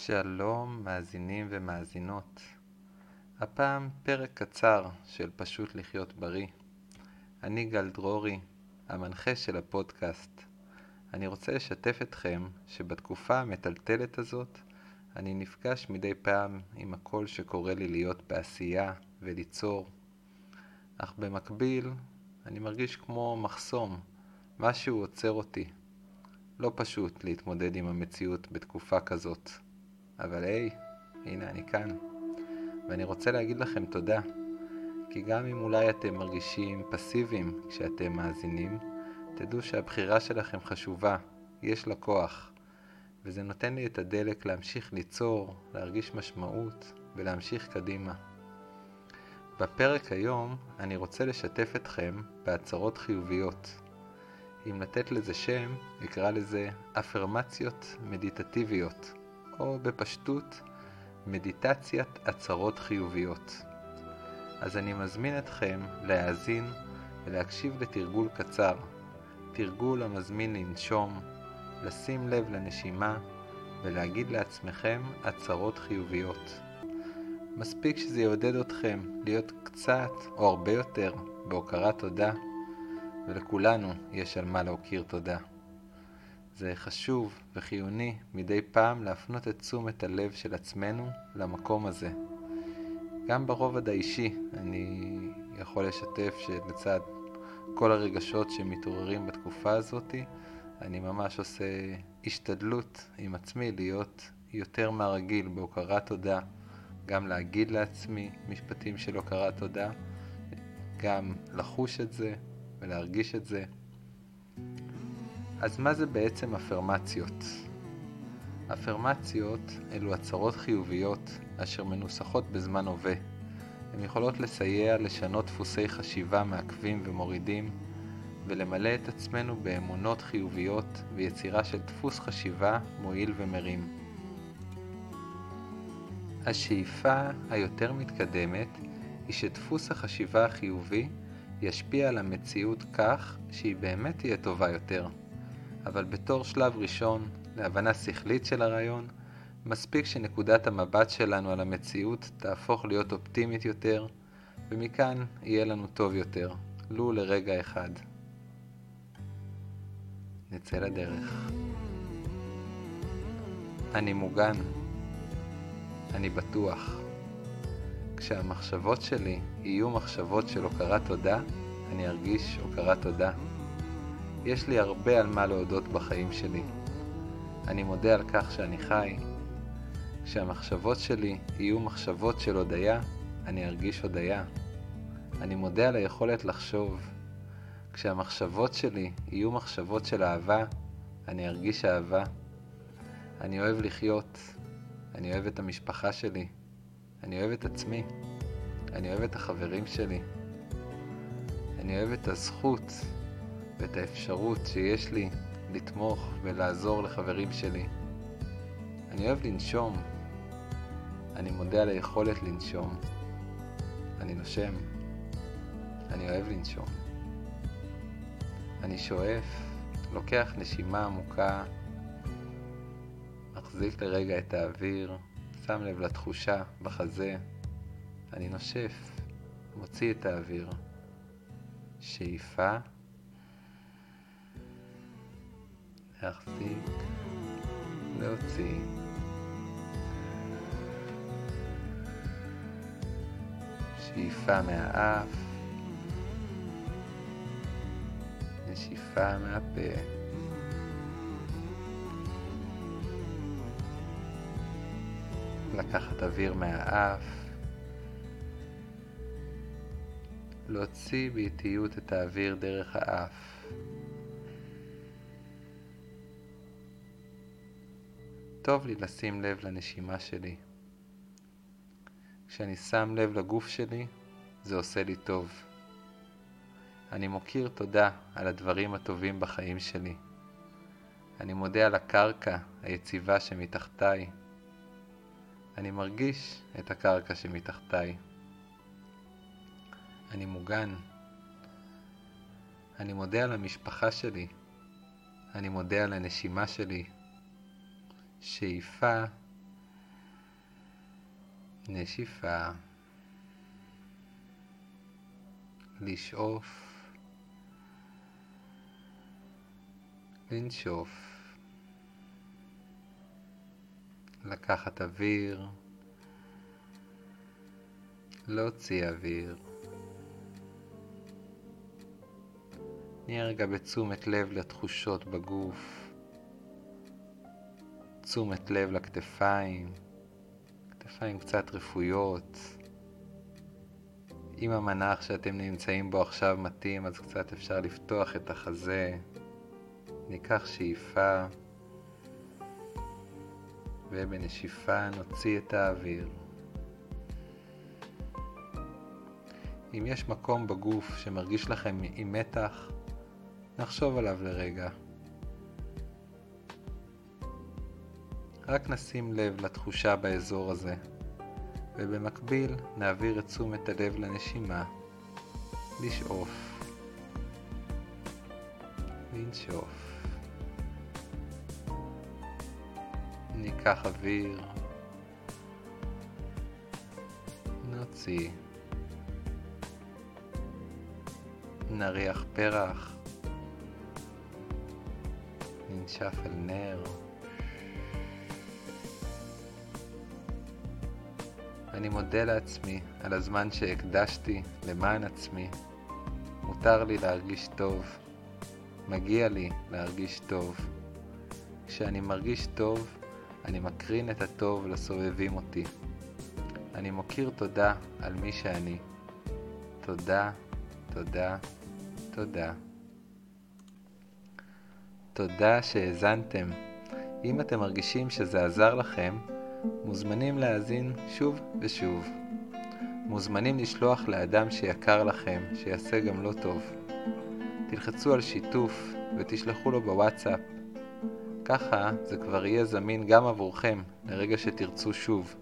שלום מאזינים ומאזינות. הפעם פרק קצר של פשוט לחיות בריא. אני גל דרורי, המנחה של הפודקאסט. אני רוצה לשתף אתכם שבתקופה המטלטלת הזאת אני נפגש מדי פעם עם הקול שקורא לי להיות בעשייה וליצור. אך במקביל אני מרגיש כמו מחסום, משהו עוצר אותי. לא פשוט להתמודד עם המציאות בתקופה כזאת. אבל היי, הנה אני כאן, ואני רוצה להגיד לכם תודה, כי גם אם אולי אתם מרגישים פסיביים כשאתם מאזינים, תדעו שהבחירה שלכם חשובה, יש לה כוח, וזה נותן לי את הדלק להמשיך ליצור, להרגיש משמעות ולהמשיך קדימה. בפרק היום אני רוצה לשתף אתכם בהצהרות חיוביות. אם לתת לזה שם, אקרא לזה אפרמציות מדיטטיביות, או בפשטות, מדיטציית הצהרות חיוביות. אז אני מזמין אתכם להאזין ולהקשיב לתרגול קצר, תרגול המזמין לנשום, לשים לב לנשימה ולהגיד לעצמכם הצהרות חיוביות. מספיק שזה יעודד אתכם להיות קצת או הרבה יותר בהוקרת תודה, ולכולנו יש על מה להוקיר תודה. זה חשוב וחיוני מדי פעם להפנות את תשומת הלב של עצמנו למקום הזה. גם ברובד האישי אני יכול לשתף שלצד כל הרגשות שמתעוררים בתקופה הזאת, אני ממש עושה השתדלות עם עצמי להיות יותר מהרגיל בהוקרת תודה, גם להגיד לעצמי משפטים של הוקרת תודה, גם לחוש את זה ולהרגיש את זה. אז מה זה בעצם אפרמציות? אפרמציות אלו הצהרות חיוביות אשר מנוסחות בזמן הווה. הן יכולות לסייע לשנות דפוסי חשיבה מעכבים ומורידים, ולמלא את עצמנו באמונות חיוביות ויצירה של דפוס חשיבה מועיל ומרים. השאיפה היותר מתקדמת היא שדפוס החשיבה החיובי ישפיע על המציאות כך שהיא באמת תהיה טובה יותר. אבל בתור שלב ראשון, להבנה שכלית של הרעיון, מספיק שנקודת המבט שלנו על המציאות תהפוך להיות אופטימית יותר, ומכאן יהיה לנו טוב יותר, לו לרגע אחד. נצא לדרך. אני מוגן. אני בטוח. כשהמחשבות שלי יהיו מחשבות של הוקרת תודה, אני ארגיש הוקרת תודה. יש לי הרבה על מה להודות בחיים שלי. אני מודה על כך שאני חי. כשהמחשבות שלי יהיו מחשבות של הודיה, אני ארגיש הודיה. אני מודה על היכולת לחשוב. כשהמחשבות שלי יהיו מחשבות של אהבה, אני ארגיש אהבה. אני אוהב לחיות. אני אוהב את המשפחה שלי. אני אוהב את עצמי. אני אוהב את החברים שלי. אני אוהב את הזכות ואת האפשרות שיש לי לתמוך ולעזור לחברים שלי. אני אוהב לנשום. אני מודה על היכולת לנשום. אני נושם. אני אוהב לנשום. אני שואף, לוקח נשימה עמוקה, מחזיק לרגע את האוויר, שם לב לתחושה בחזה. אני נושף, מוציא את האוויר. שאיפה, להחזיק, להוציא. שאיפה מהאף, נשיפה מהפה. לקחת אוויר מהאף, להוציא באיטיות את האוויר דרך האף. טוב לי לשים לב לנשימה שלי. כשאני שם לב לגוף שלי, זה עושה לי טוב. אני מוקיר תודה על הדברים הטובים בחיים שלי. אני מודה על הקרקע היציבה שמתחתיי. אני מרגיש את הקרקע שמתחתיי. אני מוגן. אני מודה על המשפחה שלי. אני מודה על הנשימה שלי. שאיפה, נשיפה, לשאוף, לנשוף, לקחת אוויר, להוציא אוויר. נהיה רגע בתשומת לב לתחושות בגוף, תשומת לב לכתפיים, כתפיים קצת רפויות. אם המנח שאתם נמצאים בו עכשיו מתאים, אז קצת אפשר לפתוח את החזה. ניקח שאיפה, ובנשיפה נוציא את האוויר. אם יש מקום בגוף שמרגיש לכם עם מתח, נחשוב עליו לרגע. רק נשים לב לתחושה באזור הזה, ובמקביל נעביר את תשומת הלב לנשימה, לשאוף, לנשוף. ניקח אוויר, נוציא, נריח פרח, ננשף על נר. אני מודה לעצמי על הזמן שהקדשתי למען עצמי. מותר לי להרגיש טוב, מגיע לי להרגיש טוב. כשאני מרגיש טוב, אני מקרין את הטוב לסובבים אותי. אני מוקיר תודה על מי שאני. תודה, תודה, תודה. תודה שהאזנתם. אם אתם מרגישים שזה עזר לכם, מוזמנים להאזין שוב ושוב. מוזמנים לשלוח לאדם שיקר לכם, שיעשה גם לו טוב. תלחצו על שיתוף ותשלחו לו בוואטסאפ. ככה זה כבר יהיה זמין גם עבורכם לרגע שתרצו שוב.